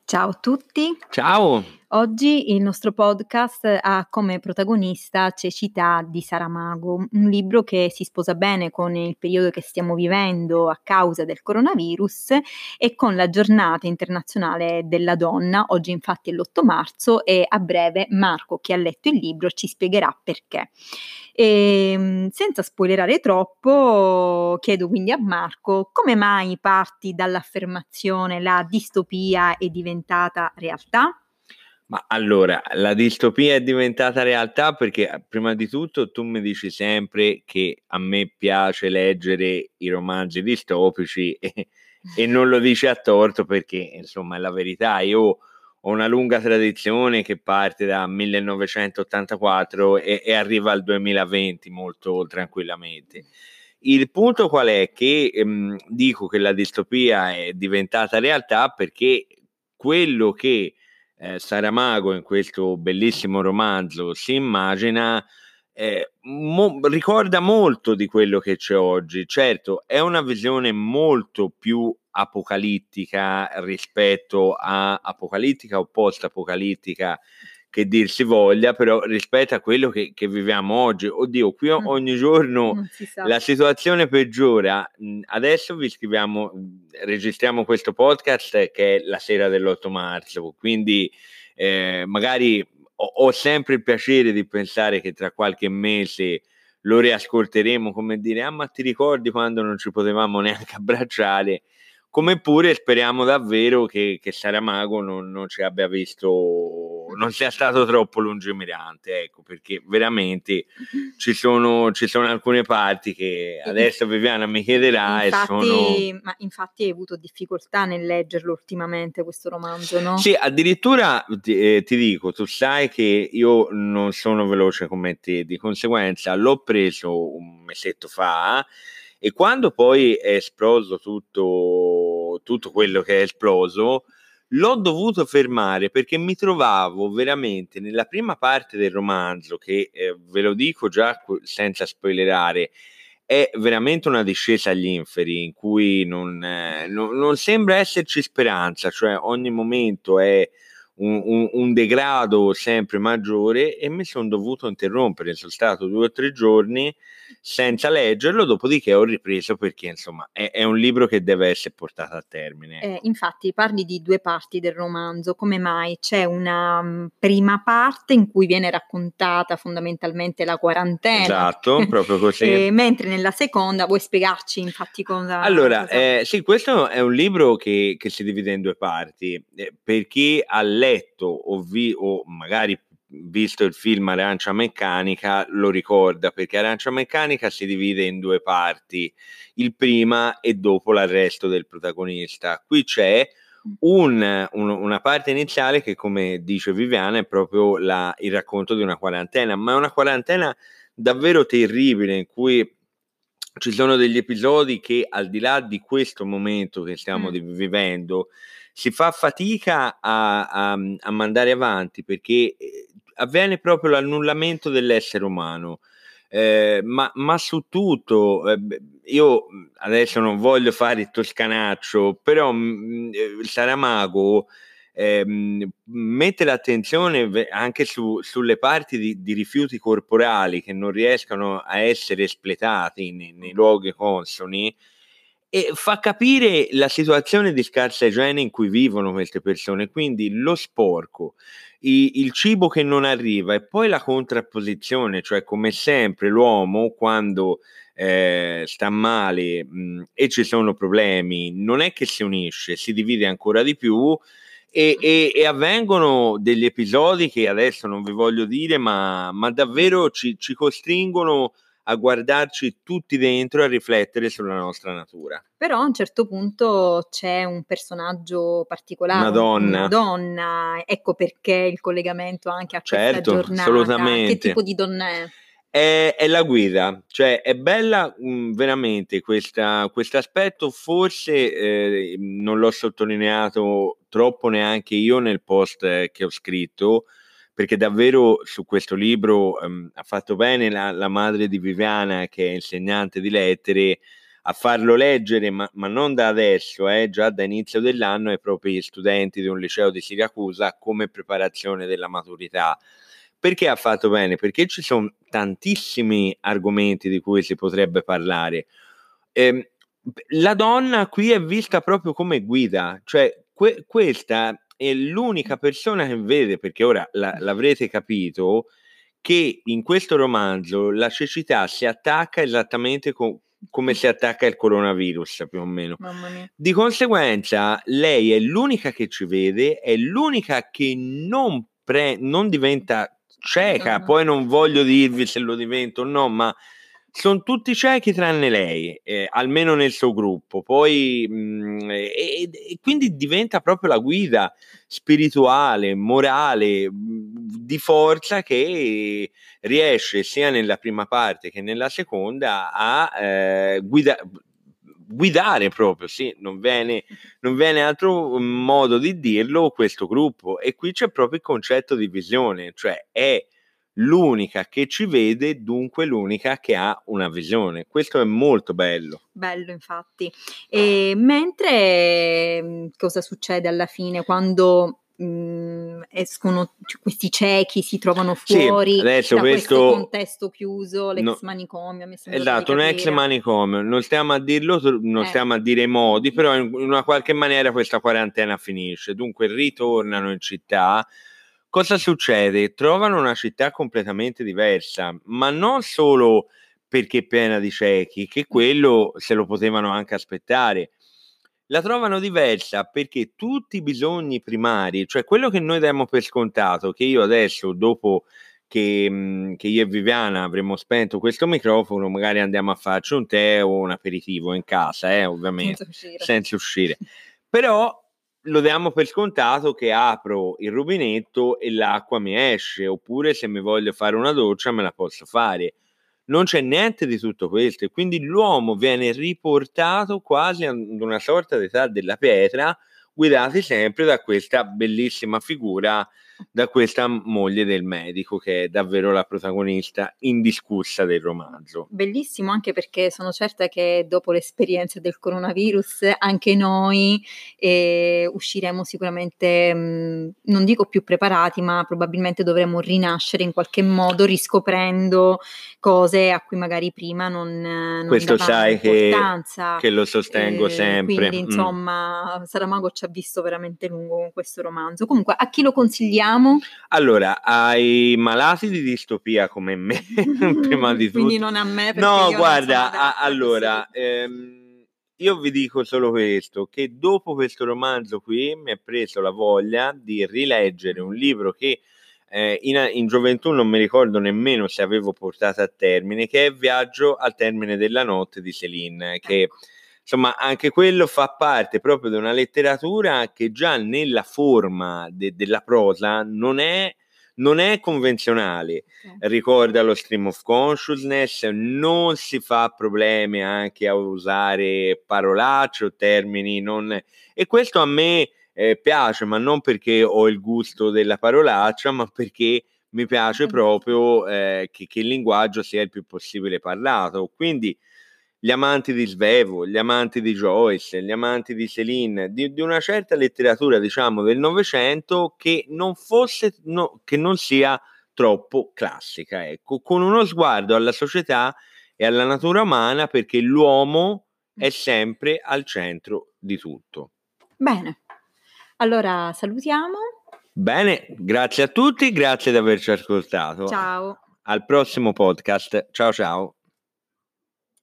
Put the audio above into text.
Ciao a tutti. Ciao. Oggi il nostro podcast ha come protagonista Cecità di Saramago, un libro che si sposa bene con il periodo che stiamo vivendo a causa del coronavirus e con la giornata internazionale della donna. Oggi infatti è l'8 marzo e a breve Marco, che ha letto il libro, ci spiegherà perché. Senza spoilerare troppo, chiedo quindi a Marco come mai parti dall'affermazione la distopia è diventata realtà? Ma allora, la distopia è diventata realtà perché, prima di tutto tu mi dici sempre che a me piace leggere i romanzi distopici e non lo dici a torto perché, insomma, è la verità. Io ho una lunga tradizione che parte da 1984 e arriva al 2020 molto tranquillamente. Il punto qual è? Che, dico che la distopia è diventata realtà perché quello che Saramago in questo bellissimo romanzo si immagina, ricorda molto di quello che c'è oggi. Certo, è una visione molto più apocalittica rispetto a apocalittica o post-apocalittica che dir si voglia, però rispetto a quello che viviamo oggi. Oddio, qui ogni giorno Non si sa. la situazione peggiora. Adesso vi scriviamo registriamo questo podcast che è la sera dell'8 marzo, quindi, magari ho sempre il piacere di pensare che tra qualche mese lo riascolteremo come dire: "Ah, ma ti ricordi quando non ci potevamo neanche abbracciare?" Come pure speriamo davvero che Saramago non ci abbia visto, non sia stato troppo lungimirante, ecco, perché veramente ci sono alcune parti che E inf adesso Viviana mi chiederà e sono. infatti hai avuto difficoltà nel leggerlo ultimamente questo romanzo, no? Sì, addirittura ti dico, tu sai che io non sono veloce come te, di conseguenza l'ho preso un mesetto fa e quando poi è esploso tutto quello che è esploso, l'ho dovuto fermare perché mi trovavo veramente nella prima parte del romanzo che, ve lo dico già senza spoilerare, è veramente una discesa agli inferi in cui non sembra esserci speranza, cioè ogni momento è un degrado sempre maggiore e mi son dovuto interrompere. Son stato 2 o 3 giorni senza leggerlo, dopodiché ho ripreso perché insomma è un libro che deve essere portato a termine, ecco. Infatti parli di 2 parti del romanzo, come mai? C'è una, prima parte in cui viene raccontata fondamentalmente la quarantena, Esatto, proprio così. mentre nella seconda vuoi spiegarci infatti Allora, cosa sì, questo è un libro che si divide in 2 parti, per chi ha letto o magari visto il film Arancia Meccanica lo ricorda, perché Arancia Meccanica si divide in 2 parti, il prima e dopo l'arresto del protagonista. Qui c'è una parte iniziale che, come dice Viviana, è proprio il racconto di una quarantena, ma è una quarantena davvero terribile in cui ci sono degli episodi che, al di là di questo momento che stiamo vivendo, si fa fatica a mandare avanti perché, avviene proprio l'annullamento dell'essere umano. Ma su tutto, io, adesso non voglio fare il toscanaccio, però, Saramago, mette l'attenzione anche sulle parti di rifiuti corporali che non riescano a essere espletati nei luoghi consoni e fa capire la situazione di scarsa igiene in cui vivono queste persone, quindi lo sporco, il cibo che non arriva e poi la contrapposizione, cioè come sempre l'uomo quando, sta male, e ci sono problemi, non è che si unisce, si divide ancora di più e avvengono degli episodi che adesso non vi voglio dire, ma davvero ci costringono a guardarci tutti dentro e a riflettere sulla nostra natura. Però a un certo punto c'è un personaggio particolare, Una una donna, donna, ecco perché il collegamento anche a questa certo, giornata. Che tipo assolutamente. di donna è? È la guida, cioè è bella, veramente quest'aspetto forse, non l'ho sottolineato troppo neanche io nel post che ho scritto, perché davvero su questo libro, ha fatto bene la madre di Viviana, che è insegnante di lettere, a farlo leggere, ma non da adesso, già da inizio dell'anno, ai propri studenti di un liceo di Siracusa come preparazione della maturità. Perché ha fatto bene? Perché ci sono tantissimi argomenti di cui si potrebbe parlare. La donna qui è vista proprio come guida, cioè questa è l'unica persona che vede, perché ora l'avrete capito, che in questo romanzo la cecità si attacca esattamente come si attacca il coronavirus, più o meno. Mamma mia. Di conseguenza, lei è l'unica che ci vede, è l'unica che non diventa cieca. Poi non voglio dirvi se lo divento o no, ma sono tutti ciechi tranne lei, almeno nel suo gruppo. Poi e quindi diventa proprio la guida spirituale, morale, di forza, che riesce sia nella prima parte che nella seconda a guidare proprio, sì, non viene altro modo di dirlo, questo gruppo. E qui c'è proprio il concetto di visione, cioè è l'unica che ci vede, dunque l'unica che ha una visione. Questo è molto bello. Bello, infatti. Mentre cosa succede alla fine quando escono questi ciechi, si trovano fuori da questo contesto chiuso, l'ex manicomio, mi sembra. Esatto, un ex manicomio, non stiamo a dirlo, non stiamo a dire i modi, però in una qualche maniera questa quarantena finisce, dunque ritornano in città. Cosa succede? Trovano una città completamente diversa, ma non solo perché è piena di ciechi, che quello se lo potevano anche aspettare. La trovano diversa perché tutti i bisogni primari, cioè quello che noi diamo per scontato, che io adesso, dopo che io e Viviana avremo spento questo microfono, magari andiamo a farci un tè o un aperitivo in casa, ovviamente, senza uscire. Però lo diamo per scontato che apro il rubinetto e l'acqua mi esce, oppure se mi voglio fare una doccia me la posso fare. Non c'è niente di tutto questo, e quindi l'uomo viene riportato quasi ad una sorta di età della pietra, guidati sempre da questa bellissima figura, da questa moglie del medico, che è davvero la protagonista indiscussa del romanzo. Bellissimo, anche perché sono certa che dopo l'esperienza del coronavirus anche noi usciremo sicuramente, non dico più preparati, ma probabilmente dovremo rinascere in qualche modo, riscoprendo cose a cui magari prima non Questo sai importanza. Che lo sostengo sempre. Quindi insomma Saramago ci ha visto veramente lungo con questo romanzo. Comunque, a chi lo consigliamo? Allora, ai malati di distopia come me, prima di tutto. Quindi non a me, perché no, io guarda, allora, io vi dico solo questo, che dopo questo romanzo qui mi è preso la voglia di rileggere un libro che in gioventù non mi ricordo nemmeno se avevo portato a termine, che è Viaggio al termine della notte di Céline, che insomma anche quello fa parte proprio di una letteratura che già nella forma della prosa non è convenzionale. Ricorda lo stream of consciousness, non si fa problemi anche a usare parolacce o termini e questo a me piace, ma non perché ho il gusto della parolaccia, ma perché mi piace proprio che il linguaggio sia il più possibile parlato. Quindi gli amanti di Svevo, gli amanti di Joyce, gli amanti di Céline, di una certa letteratura, diciamo, del Novecento, che non sia troppo classica, ecco, con uno sguardo alla società e alla natura umana, perché l'uomo è sempre al centro di tutto. Bene, allora salutiamo. Bene, grazie a tutti, grazie di averci ascoltato. Ciao. Al prossimo podcast. Ciao ciao.